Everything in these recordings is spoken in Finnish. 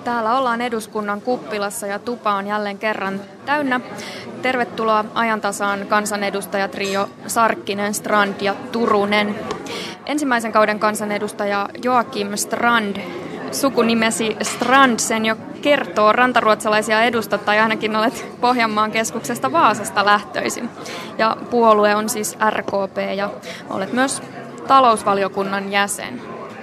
Täällä ollaan eduskunnan kuppilassa ja tupa on jälleen kerran täynnä. Tervetuloa ajantasaan kansanedustajatrio Sarkkinen, Strand ja Turunen. Ensimmäisen kauden kansanedustaja Joakim Strand, sukunimesi Strandsen jo kertoo, rantaruotsalaisia edustat tai ainakin olet Pohjanmaan keskuksesta Vaasasta lähtöisin. Ja puolue on siis RKP ja olet myös talousvaliokunnan jäsen.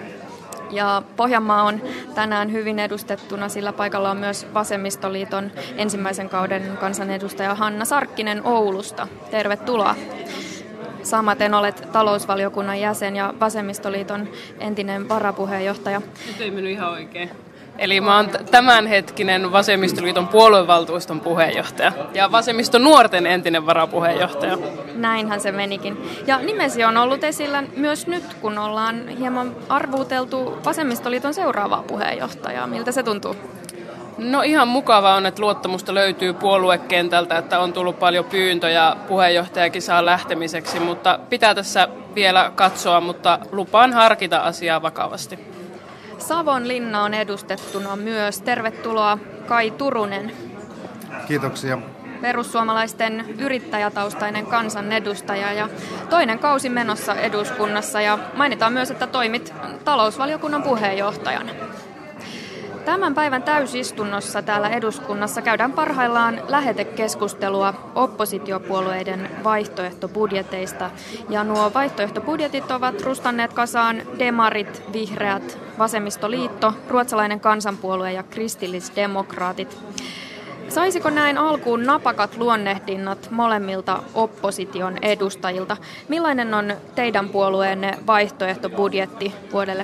Ja Pohjanmaa on tänään hyvin edustettuna, sillä paikalla on myös Vasemmistoliiton ensimmäisen kauden kansanedustaja Hanna Sarkkinen Oulusta. Tervetuloa. Samaten olet talousvaliokunnan jäsen ja Vasemmistoliiton entinen varapuheenjohtaja. Nyt ei mennyt ihan oikein. Eli mä oon tämänhetkinen Vasemmistoliiton puoluevaltuuston puheenjohtaja ja Vasemmiston nuorten entinen varapuheenjohtaja. Näinhän se menikin. Ja nimesi on ollut esillä myös nyt, kun ollaan hieman arvuuteltu Vasemmistoliiton seuraavaa puheenjohtajaa. Miltä se tuntuu? No ihan mukavaa on, että luottamusta löytyy puoluekentältä, että on tullut paljon pyyntöjä puheenjohtajakin saa lähtemiseksi, mutta pitää tässä vielä katsoa, mutta lupaan harkita asiaa vakavasti. Savonlinna on edustettuna myös. Tervetuloa Kai Turunen. Kiitoksia. Perussuomalaisten yrittäjätaustainen kansanedustaja ja toinen kausi menossa eduskunnassa ja mainitaan myös, että toimit talousvaliokunnan puheenjohtajana. Tämän päivän täysistunnossa täällä eduskunnassa käydään parhaillaan lähetekeskustelua oppositiopuolueiden vaihtoehtobudjeteista. Ja nuo vaihtoehtobudjetit ovat rustanneet kasaan demarit, vihreät, vasemmistoliitto, ruotsalainen kansanpuolue ja kristillisdemokraatit. Saisiko näin alkuun napakat luonnehdinnat molemmilta opposition edustajilta? Millainen on teidän puolueenne vaihtoehtobudjetti vuodelle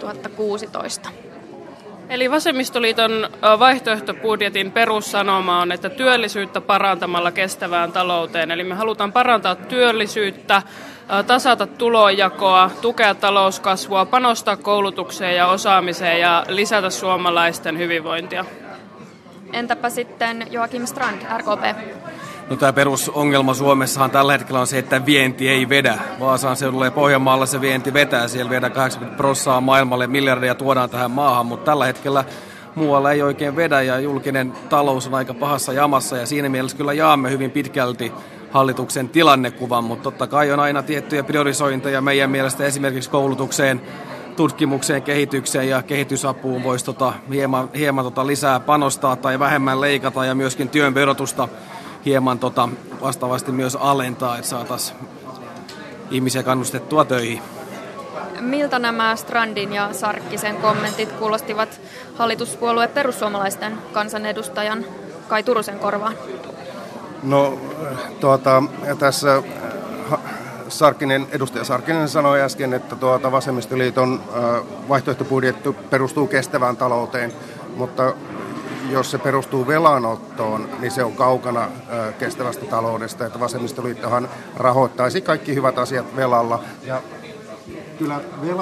2016? Eli Vasemmistoliiton vaihtoehtobudjetin perussanoma on, että työllisyyttä parantamalla kestävään talouteen. Eli me halutaan parantaa työllisyyttä, tasata tulonjakoa, tukea talouskasvua, panostaa koulutukseen ja osaamiseen ja lisätä suomalaisten hyvinvointia. Entäpä sitten Joakim Strand, RKP? No tämä perusongelma Suomessahan tällä hetkellä on se, että vienti ei vedä. Vaasaan seudulla ja Pohjanmaalla se vienti vetää. Siellä viedään 80% maailmalle, miljardeja tuodaan tähän maahan, mutta tällä hetkellä muualla ei oikein vedä ja julkinen talous on aika pahassa jamassa ja siinä mielessä kyllä jaamme hyvin pitkälti hallituksen tilannekuvan, mutta totta kai on aina tiettyjä priorisointeja meidän mielestä esimerkiksi koulutukseen, tutkimukseen, kehitykseen ja kehitysapuun voisi hieman lisää panostaa tai vähemmän leikata ja myöskin työn verotusta hieman vastaavasti myös alentaa, että saataisiin ihmisiä kannustettua töihin. Miltä nämä Strandin ja Sarkkisen kommentit kuulostivat hallituspuolue perussuomalaisten kansanedustajan Kai Turusen korvaan? No tässä edustaja Sarkkinen sanoi äsken, että Vasemmistoliiton vaihtoehtobudjetti perustuu kestävään talouteen, mutta jos se perustuu velanottoon, niin se on kaukana kestävästä taloudesta, että Vasemmistoliittohan rahoittaisi kaikki hyvät asiat velalla. Ja kyllä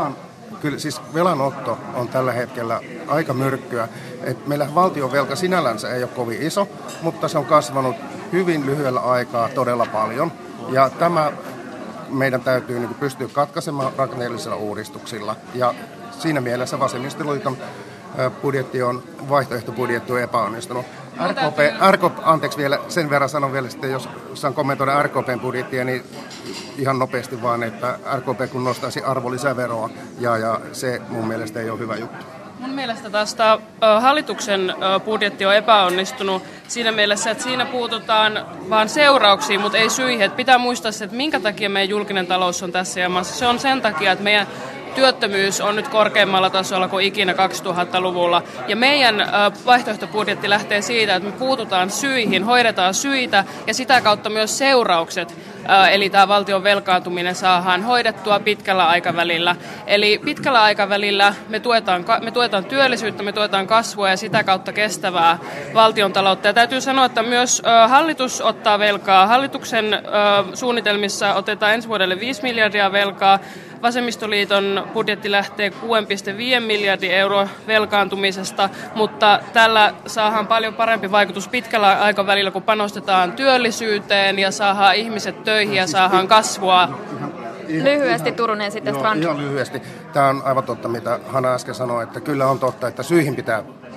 velanotto on tällä hetkellä aika myrkkyä. Et meillä valtion velka sinällänsä ei ole kovin iso, mutta se on kasvanut hyvin lyhyellä aikaa todella paljon. Ja tämä meidän täytyy pystyä katkaisemaan rakenteellisilla uudistuksilla. Ja siinä mielessä Vasemmistoliiton vaihtoehtobudjetti on epäonnistunut. Anteeksi vielä, sen verran sanon vielä sitten, jos saan kommentoida RKPn budjettia, niin ihan nopeasti vaan, että RKP kun nostaisi arvonlisäveroa, ja se mun mielestä ei ole hyvä juttu. Mun mielestä tästä hallituksen budjetti on epäonnistunut siinä mielessä, että siinä puututaan vaan seurauksiin, mutta ei syihin. Että pitää muistaa se, että minkä takia meidän julkinen talous on tässä jamassa. Se on sen takia, että meidän työttömyys on nyt korkeammalla tasolla kuin ikinä 2000-luvulla. Ja meidän vaihtoehtobudjetti lähtee siitä, että me puututaan syihin, hoidetaan syitä ja sitä kautta myös seuraukset. Eli tämä valtion velkaantuminen saadaan hoidettua pitkällä aikavälillä. Eli pitkällä aikavälillä me tuetaan työllisyyttä, me tuetaan kasvua ja sitä kautta kestävää valtiontaloutta. Ja täytyy sanoa, että myös hallitus ottaa velkaa. Hallituksen suunnitelmissa otetaan ensi vuodelle 5 miljardia velkaa. Vasemmistoliiton budjetti lähtee 6,5 miljardin euroa velkaantumisesta, mutta tällä saadaan paljon parempi vaikutus pitkällä aikavälillä, kun panostetaan työllisyyteen ja saadaan ihmiset töihin ja saadaan kasvua. Lyhyesti Turunen sitten Strand. Ihan lyhyesti. Tämä on aivan totta, mitä Hanna äsken sanoi, että kyllä on totta, että syihin pitää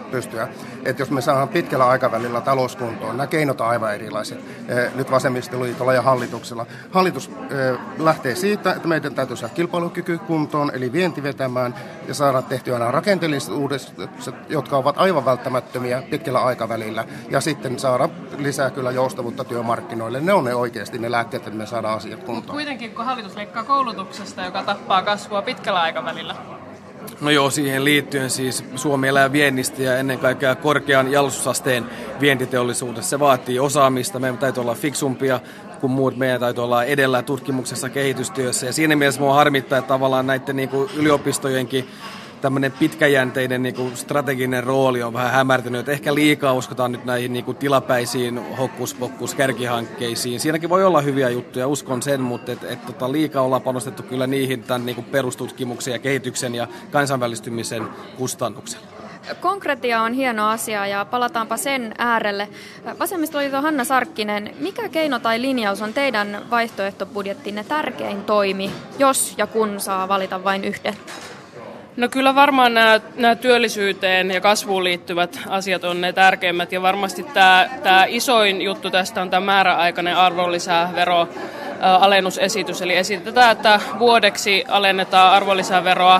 pystyä. Että jos me saadaan pitkällä aikavälillä talouskuntoon, nämä keinot on aivan erilaiset nyt vasemmistoliitolla ja hallituksella. Hallitus lähtee siitä, että meidän täytyy saada kilpailukyky kuntoon, eli vienti vetämään ja saada tehtyä nämä rakenteelliset uudistukset, jotka ovat aivan välttämättömiä pitkällä aikavälillä, ja sitten saada lisää kyllä joustavuutta työmarkkinoille. Ne on ne oikeasti ne lääkkeet, että me saadaan asiat kuntoon. Kuitenkin, kun hallitus leikkaa koulutuksesta, joka tappaa kasvua pitkällä aikavälillä. No joo, siihen liittyen siis Suomi elää viennistä ja ennen kaikkea korkean jalostusasteen vientiteollisuudessa. Se vaatii osaamista, meidän täytyy olla fiksumpia kuin muut, meidän täytyy olla edellä tutkimuksessa, kehitystyössä. Ja siinä mielessä minua harmittaa, että tavallaan näiden niin kuin yliopistojenkin tämmöinen pitkäjänteinen niin kuin strateginen rooli on vähän hämärtynyt, että ehkä liikaa uskotaan nyt näihin niin kuin tilapäisiin hokkus-pokkus-kärkihankkeisiin. Siinäkin voi olla hyviä juttuja, uskon sen, mutta liikaa ollaan panostettu kyllä niihin tämän niin kuin perustutkimuksen ja kehityksen ja kansainvälistymisen kustannuksella. Konkretia on hieno asia ja palataanpa sen äärelle. Vasemmistoliiton Hanna Sarkkinen, mikä keino tai linjaus on teidän vaihtoehtobudjettinne tärkein toimi, jos ja kun saa valita vain yhden? No kyllä varmaan nämä työllisyyteen ja kasvuun liittyvät asiat on ne tärkeimmät, ja varmasti tämä isoin juttu tästä on tämä määräaikainen arvonlisäveroalennusesitys, eli esitetään, että vuodeksi alennetaan arvonlisäveroa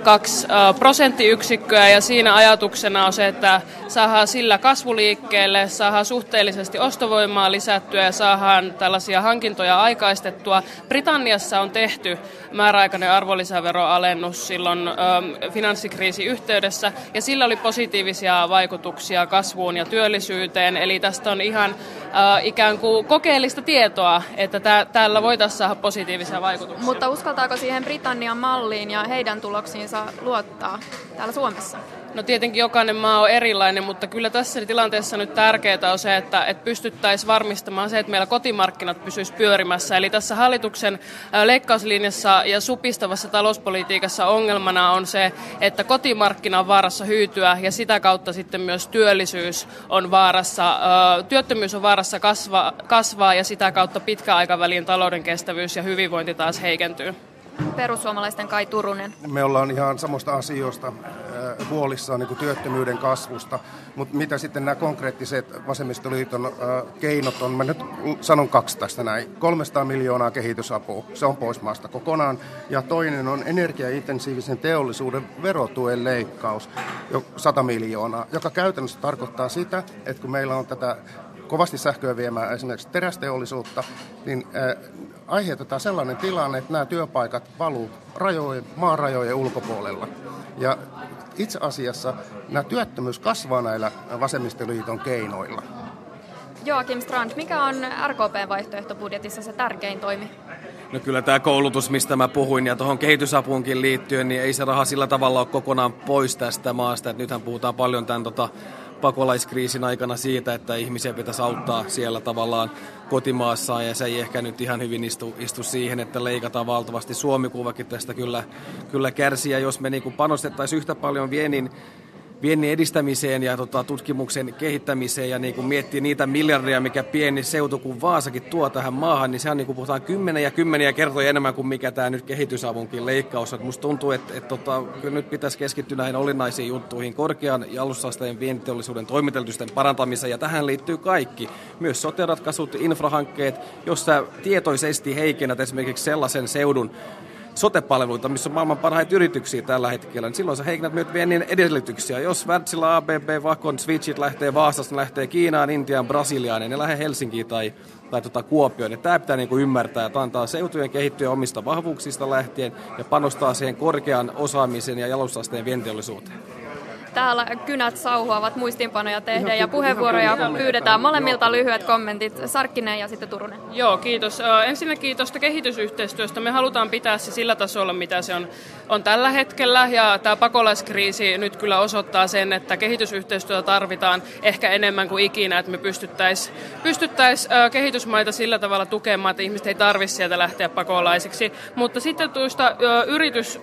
2 prosenttiyksikköä, ja siinä ajatuksena on se, että saadaan sillä kasvuliikkeelle, saadaan suhteellisesti ostovoimaa lisättyä ja saadaan tällaisia hankintoja aikaistettua. Britanniassa on tehty määräaikainen arvonlisäveroalennus silloin finanssikriisin yhteydessä, ja sillä oli positiivisia vaikutuksia kasvuun ja työllisyyteen, eli tästä on ihan ikään kuin kokeellista tietoa, että täällä voitaisiin saada positiivisia vaikutuksia. Mutta uskaltaako siihen Britannian malliin ja heidän tuloksiinsa luottaa täällä Suomessa? No tietenkin jokainen maa on erilainen, mutta kyllä tässä tilanteessa nyt tärkeää on se, että pystyttäisiin varmistamaan se, että meillä kotimarkkinat pysyisivät pyörimässä. Eli tässä hallituksen leikkauslinjassa ja supistavassa talouspolitiikassa ongelmana on se, että kotimarkkina on vaarassa hyytyä ja sitä kautta sitten myös työllisyys on vaarassa, työttömyys on vaarassa kasvaa ja sitä kautta pitkäaikavälin talouden kestävyys ja hyvinvointi taas heikentyy. Perussuomalaisten Kai Turunen. Me ollaan ihan samoista asioista huolissaan niin kuin työttömyyden kasvusta, mutta mitä sitten nämä konkreettiset vasemmistoliiton keinot on, mä nyt sanon 2 tästä näin. 300 miljoonaa kehitysapua, se on pois maasta kokonaan, ja toinen on energiaintensiivisen teollisuuden verotuen leikkaus, 100 miljoonaa, joka käytännössä tarkoittaa sitä, että kun meillä on tätä kovasti sähköä viemään esimerkiksi terästeollisuutta, niin aiheutetaan sellainen tilanne, että nämä työpaikat valuu maan rajojen ulkopuolella. Ja itse asiassa nämä työttömyys kasvaa näillä vasemmistoliiton keinoilla. Joakim Strand, mikä on RKP:n vaihtoehtobudjetissa se tärkein toimi? No kyllä tämä koulutus, mistä mä puhuin, ja tuohon kehitysapuunkin liittyen, niin ei se raha sillä tavalla ole kokonaan pois tästä maasta. Et nythän puhutaan paljon tämän pakolaiskriisin aikana siitä, että ihmisiä pitäisi auttaa siellä tavallaan kotimaassaan, ja se ei ehkä nyt ihan hyvin istu siihen, että leikataan valtavasti. Suomi-kuvakin tästä kyllä kärsii, ja jos me niin panostettaisiin yhtä paljon viennin edistämiseen ja tutkimuksen kehittämiseen ja niin miettii niitä miljardeja, mikä pieni seutu kuin Vaasakin tuo tähän maahan, niin sehän niin puhutaan kymmeniä kertoja enemmän kuin mikä tämä nyt kehitysavunkin leikkaus. Musta tuntuu, että kyllä nyt pitäisi keskittyä näihin olennaisiin juttuihin, korkean jalostusasteen vientiteollisuuden toimintaedellytysten parantamiseen, ja tähän liittyy kaikki, myös sote-ratkaisut, infrahankkeet. Jos sä tietoisesti heikennät esimerkiksi sellaisen seudun sote-palveluita, missä on maailman parhaita yrityksiä tällä hetkellä, niin silloin sä heikennät myös viennin edellytyksiä. Jos Wärtsilä, ABB, Vakon, Switchit lähtee Vaasasta, ne lähtee Kiinaan, Intiaan, Brasiliaan, niin ne lähtee Helsinkiin tai Kuopioon. Tämä pitää niin kuin ymmärtää, että antaa seutujen kehittyä omista vahvuuksista lähtien ja panostaa siihen korkean osaamisen ja jalostusasteen vientiteollisuuteen. Täällä kynät sauhuavat muistiinpanoja tehdä ja puheenvuoroja pyydetään molemmilta lyhyet kommentit. Sarkkinen ja sitten Turunen. Joo, kiitos. Ensinnäkin tuosta kehitysyhteistyöstä me halutaan pitää se sillä tasolla, mitä se on tällä hetkellä. Ja tämä pakolaiskriisi nyt kyllä osoittaa sen, että kehitysyhteistyötä tarvitaan ehkä enemmän kuin ikinä, että me pystyttäisiin kehitysmaita sillä tavalla tukemaan, että ihmiset ei tarvitse sieltä lähteä pakolaisiksi. Mutta sitten tuista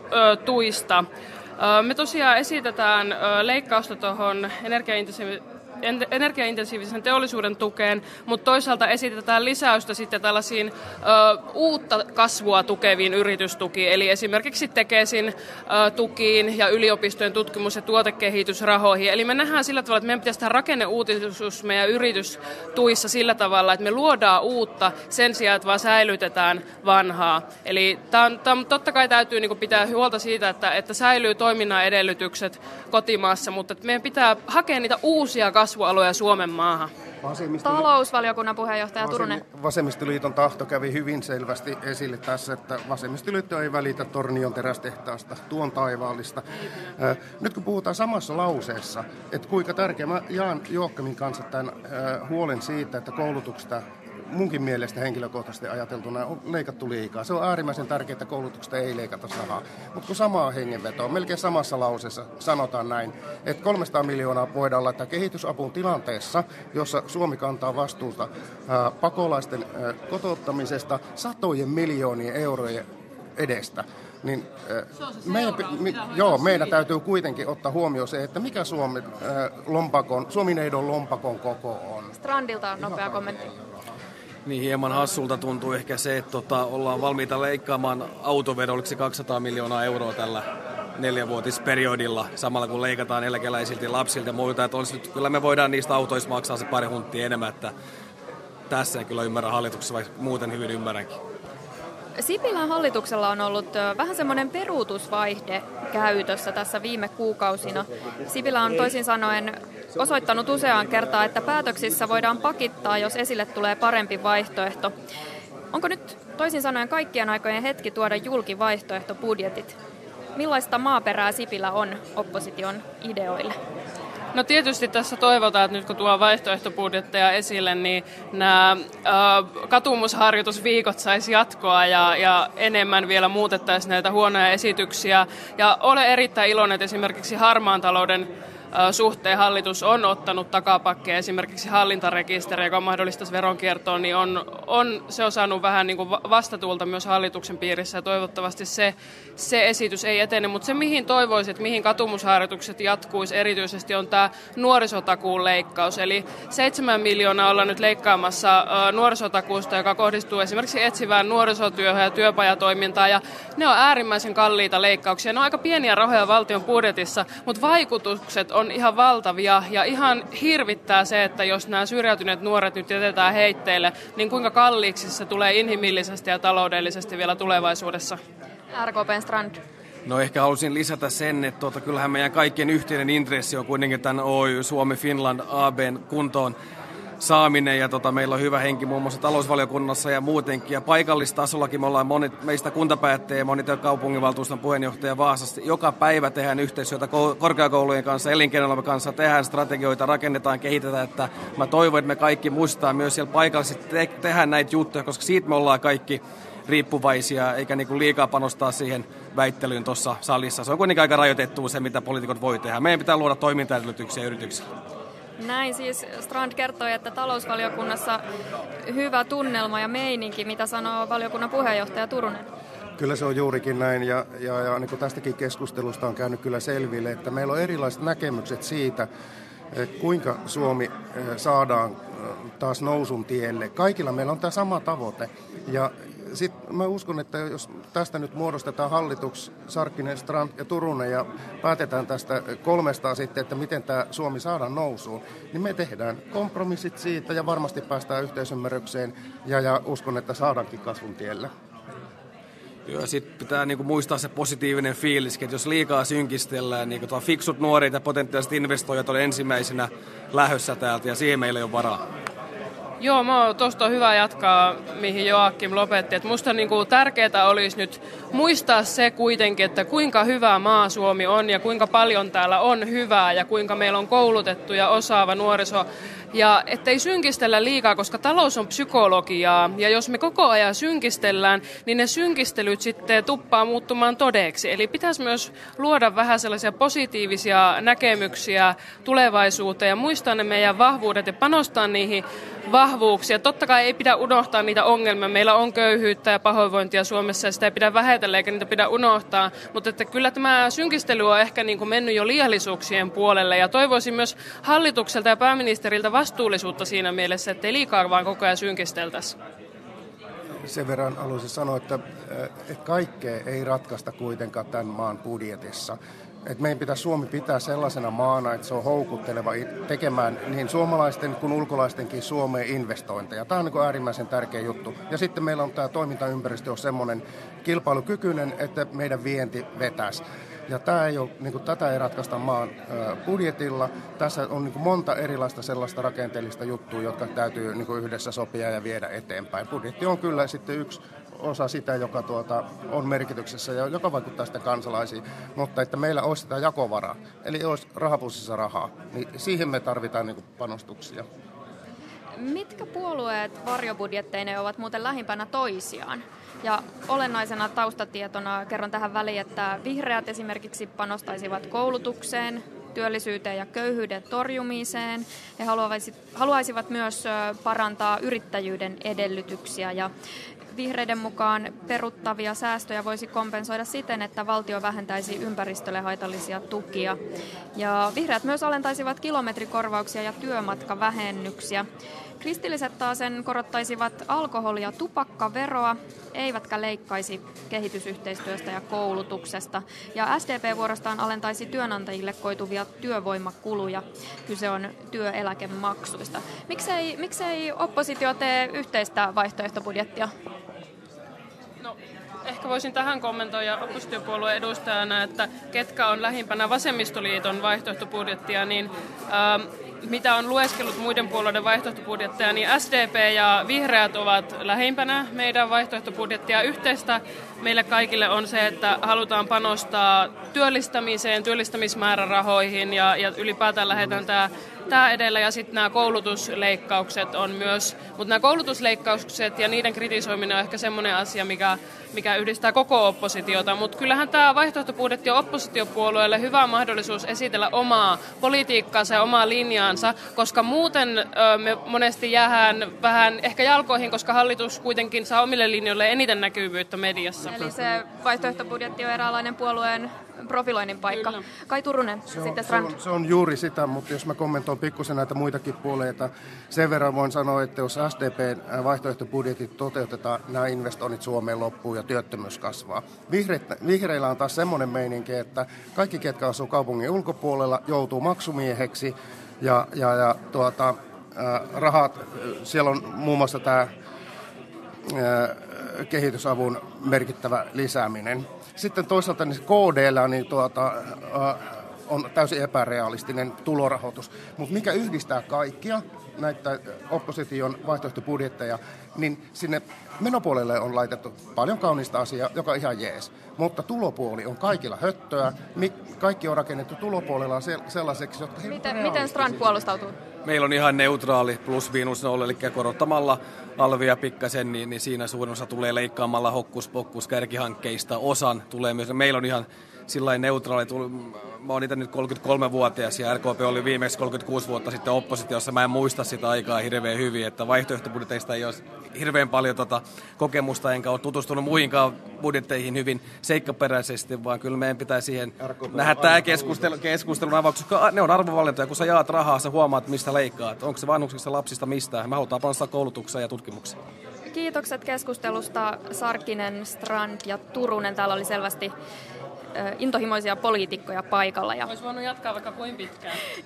yritystuista. Me tosiaan esitetään leikkausta tuohon energiaintensiivisen teollisuuden tukeen, mutta toisaalta esitetään lisäystä sitten tällaisiin uutta kasvua tukeviin yritystukiin, eli esimerkiksi Tekesin tukiin ja yliopistojen tutkimus- ja tuotekehitysrahoihin. Eli me nähdään sillä tavalla, että meidän pitäisi tehdä rakenneuudistus meidän yritystuissa sillä tavalla, että me luodaan uutta sen sijaan, että vaan säilytetään vanhaa. Eli totta kai täytyy niin kuin pitää huolta siitä, että säilyy toiminnan edellytykset kotimaassa, mutta että meidän pitää hakea niitä uusia kasvualoja Suomen maahan. Talousvaliokunnan puheenjohtaja Turunen. Vasemmistoliiton tahto kävi hyvin selvästi esille tässä, että vasemmistoliitto ei välitä Tornion terästehtaasta, tuon taivaallista. Nyt kun puhutaan samassa lauseessa, että kuinka tärkeä, mä jaan Joakimin kanssa tämän huolen siitä, että koulutuksesta munkin mielestä henkilökohtaisesti ajateltuna on leikattu liikaa. Se on äärimmäisen tärkeää, että koulutuksesta ei leikata rahaa. Mutta kun samaa hengenvetoa, melkein samassa lauseessa sanotaan näin, että 300 miljoonaa voidaan laittaa kehitysapuun tilanteessa, jossa Suomi kantaa vastuuta pakolaisten kotouttamisesta satojen miljoonien eurojen edestä. Niin, meidän täytyy kuitenkin ottaa huomioon se, että mikä Suomi-neidon lompakon koko on. Strandilta on nopea kommentti. Niin hieman hassulta tuntuu ehkä se, että ollaan valmiita leikkaamaan autoveroa, oliko se 200 miljoonaa euroa tällä 4-vuotisperiodilla, samalla kun leikataan eläkeläisiltä ja lapsilta ja muilta. Että kyllä me voidaan niistä autoista maksaa se pari hunttia enemmän, että tässä en kyllä ymmärrä hallituksessa, vaikka muuten hyvin ymmärränkin. Sipilän hallituksella on ollut vähän semmoinen peruutusvaihde käytössä tässä viime kuukausina. Sipilä on toisin sanoen osoittanut useaan kertaan, että päätöksissä voidaan pakittaa, jos esille tulee parempi vaihtoehto. Onko nyt toisin sanoen kaikkien aikojen hetki tuoda julki vaihtoehtobudjetit? Millaista maaperää Sipilä on opposition ideoille? No tietysti tässä toivotaan, että nyt kun tuo vaihtoehtobudjetteja esille, niin nämä katumusharjoitusviikot saisi jatkoa ja enemmän vielä muutettaisiin näitä huonoja esityksiä. Ja olen erittäin iloinen, että esimerkiksi harmaan talouden suhteen hallitus on ottanut takapakkeja, esimerkiksi hallintarekisteri, joka mahdollistaisi veronkiertoon, niin se on saanut vähän niin kuin vastatuulta myös hallituksen piirissä ja toivottavasti se esitys ei etene. Mutta se, mihin toivoisin, että mihin katumusharjoitukset jatkuisi erityisesti, on tämä nuorisotakuun leikkaus. Eli 7 miljoonaa ollaan nyt leikkaamassa nuorisotakuusta, joka kohdistuu esimerkiksi etsivään nuorisotyöhön ja työpajatoimintaan. Ja ne on äärimmäisen kalliita leikkauksia. Ne on aika pieniä rahoja valtion budjetissa, mutta vaikutukset on ihan valtavia ja ihan hirvittää se, että jos nämä syrjäytyneet nuoret nyt jätetään heitteille, niin kuinka kalliiksi se tulee inhimillisesti ja taloudellisesti vielä tulevaisuudessa. RKP:n Strand. No ehkä halusin lisätä sen, että kyllähän meidän kaikkien yhteinen intressi on kuitenkin tämän Oy Suomi Finland AB:n kuntoon saaminen ja meillä on hyvä henki muun muassa talousvaliokunnassa ja muutenkin ja paikallistasollakin me ollaan monet meistä kuntapäättäjiä ja monet kaupunginvaltuuston puheenjohtaja Vaasassa. Joka päivä tehdään yhteistyötä korkeakoulujen kanssa, elinkeinoelämän kanssa, tehdään strategioita, rakennetaan, kehitetään, että mä toivon, että me kaikki muistetaan myös siellä paikallisesti tehdä näitä juttuja, koska siitä me ollaan kaikki riippuvaisia, eikä niinku liikaa panostaa siihen väittelyyn tuossa salissa. Se on kuitenkin aika rajoitettua se, mitä poliitikot voi tehdä. Meidän pitää luoda toimintaedellytyksiä yrityksille. Näin siis Strand kertoi, että talousvaliokunnassa hyvä tunnelma ja meininki, mitä sanoo valiokunnan puheenjohtaja Turunen. Kyllä se on juurikin näin ja niin kuin tästäkin keskustelusta on käynyt kyllä selville, että meillä on erilaiset näkemykset siitä, kuinka Suomi saadaan taas nousun tielle. Kaikilla meillä on tämä sama tavoite ja sitten mä uskon, että jos tästä nyt muodostetaan hallitus, Sarkkinen, Strand ja Turunen ja päätetään tästä kolmestaan sitten, että miten tämä Suomi saadaan nousuun, niin me tehdään kompromissit siitä ja varmasti päästään yhteisymmärrykseen ja uskon, että saadaankin kasvun tielle. Joo, sitten pitää muistaa se positiivinen fiilis, että jos liikaa synkistellään, niin fiksut nuoret ja potentiaaliset investoijat on ensimmäisenä lähdössä täältä ja siihen meillä ei ole varaa. Joo, tuosta on hyvä jatkaa, mihin Joakim lopetti. Että musta tärkeää olisi nyt muistaa se kuitenkin, että kuinka hyvä maa Suomi on ja kuinka paljon täällä on hyvää ja kuinka meillä on koulutettu ja osaava nuoriso. Ja ettei synkistellä liikaa, koska talous on psykologiaa ja jos me koko ajan synkistellään, niin ne synkistelyt sitten tuppaa muuttumaan todeksi. Eli pitäisi myös luoda vähän sellaisia positiivisia näkemyksiä tulevaisuuteen ja muistaa ne meidän vahvuudet ja panostaa niihin vahvuuksia. Totta kai ei pidä unohtaa niitä ongelmia. Meillä on köyhyyttä ja pahoinvointia Suomessa ja sitä ei pidä vähätellä eikä niitä pidä unohtaa. Mutta että kyllä tämä synkistely on ehkä niin kuin mennyt jo liiallisuuksien puolelle ja toivoisin myös hallitukselta ja pääministeriltä vastuullisuutta siinä mielessä, että ei liikaa vaan koko ajan synkisteltäisi. Sen verran haluaisin sanoa, että kaikkea ei ratkaista kuitenkaan tämän maan budjetissa. Että meidän pitäisi Suomi pitää sellaisena maana, että se on houkutteleva tekemään niin suomalaisten kuin ulkolaistenkin Suomeen investointeja. Tämä on niin kuin äärimmäisen tärkeä juttu. Ja sitten meillä on tämä toimintaympäristö on semmoinen kilpailukykyinen, että meidän vienti vetäisi. Ja tämä ei ole, niin kuin, tätä ei ratkaista maan budjetilla. Tässä on niin kuin monta erilaista sellaista rakenteellista juttua, jotka täytyy niin kuin yhdessä sopia ja viedä eteenpäin. Budjetti on kyllä sitten yksi osa sitä, joka on merkityksessä ja joka vaikuttaa sitten kansalaisiin, mutta että meillä olisi sitä jakovaraa, eli olisi rahapussissa rahaa, niin siihen me tarvitaan niin kuin panostuksia. Mitkä puolueet varjobudjetteineen ovat muuten lähimpänä toisiaan? Ja olennaisena taustatietona kerron tähän väliin, että vihreät esimerkiksi panostaisivat koulutukseen, työllisyyteen ja köyhyyden torjumiseen. He haluaisivat myös parantaa yrittäjyyden edellytyksiä ja vihreiden mukaan peruttavia säästöjä voisi kompensoida siten, että valtio vähentäisi ympäristölle haitallisia tukia. Ja vihreät myös alentaisivat kilometrikorvauksia ja työmatkavähennyksiä. Kristilliset taasen korottaisivat alkoholi- ja tupakkaveroa, eivätkä leikkaisi kehitysyhteistyöstä ja koulutuksesta. Ja SDP vuorostaan alentaisi työnantajille koituvia työvoimakuluja. Kyse on työeläkemaksuista. Miksei oppositio tee yhteistä vaihtoehtobudjettia? No, ehkä voisin tähän kommentoida oppositiopuolueen edustajana, että ketkä on lähimpänä vasemmistoliiton vaihtoehtobudjettia, niin mitä on lueskellut muiden puolueiden vaihtoehtobudjetteja, niin SDP ja vihreät ovat lähimpänä meidän vaihtoehtobudjettia. Yhteistä meille kaikille on se, että halutaan panostaa työllistämiseen, työllistämismäärärahoihin ja ylipäätään lähdetään tämä edellä ja sitten nämä koulutusleikkaukset on myös, mutta nämä koulutusleikkaukset ja niiden kritisoiminen on ehkä semmoinen asia, mikä yhdistää koko oppositiota, mutta kyllähän tämä vaihtoehtobudjetti on oppositiopuolueelle hyvä mahdollisuus esitellä omaa politiikkaansa ja omaa linjaansa, koska muuten me monesti jäädään vähän ehkä jalkoihin, koska hallitus kuitenkin saa omille linjoille eniten näkyvyyttä mediassa. Eli se vaihtoehtobudjetti on eräänlainen puolueen profiloinnin paikka. Kyllä. Kai Turunen, sitten Strand. Se on juuri sitä, mutta jos mä kommentoin pikkusen näitä muitakin puolueita, sen verran voin sanoa, että jos SDPn vaihtoehtobudjetit toteutetaan, nämä investoinnit Suomeen loppuu ja työttömyys kasvaa. Vihreillä on taas semmoinen meininki, että kaikki, ketkä asuu kaupungin ulkopuolella, joutuu maksumieheksi ja rahat, siellä on muun muassa tämä kehitysavun merkittävä lisääminen. Sitten toisaalta niin KD:llä on täysin epärealistinen tulorahoitus. Mutta mikä yhdistää kaikkia näitä opposition vaihtoehtobudjetteja, niin sinne menopuolelle on laitettu paljon kaunista asiaa, joka on ihan jees. Mutta tulopuoli on kaikilla höttöä. Kaikki on rakennettu tulopuolella sellaiseksi, jotka... Miten Strand puolustautuu? Meillä on ihan neutraali plus-miinus-nolla, eli korottamalla alvia pikkasen, niin siinä suurin osa tulee leikkaamalla hokkus-pokkus kärkihankkeista. Osan tulee myös. Meillä on ihan sillain neutraali. Mä oon itse nyt 33-vuotias ja RKP oli viimeksi 36 vuotta sitten oppositiossa. Mä en muista sitä aikaa hirveän hyvin, että vaihtoehtobudjeteista ei ole hirveän paljon kokemusta, enkä ole tutustunut muihinkaan budjetteihin hyvin seikkaperäisesti, vaan kyllä meidän pitää siihen nähdä tämä keskustelun avaus, koska ne on arvovalintoja. Kun sä jaat rahaa, sä huomaat, mistä leikkaat. Onko se vanhuksista, lapsista, mistään. Me halutaan panostaa koulutukseen ja tutkimukseen. Kiitokset keskustelusta Sarkkinen, Strand ja Turunen. Täällä oli selvästi intohimoisia poliitikkoja paikalla. Olisi voinut jatkaa vaikka kuin pitkään.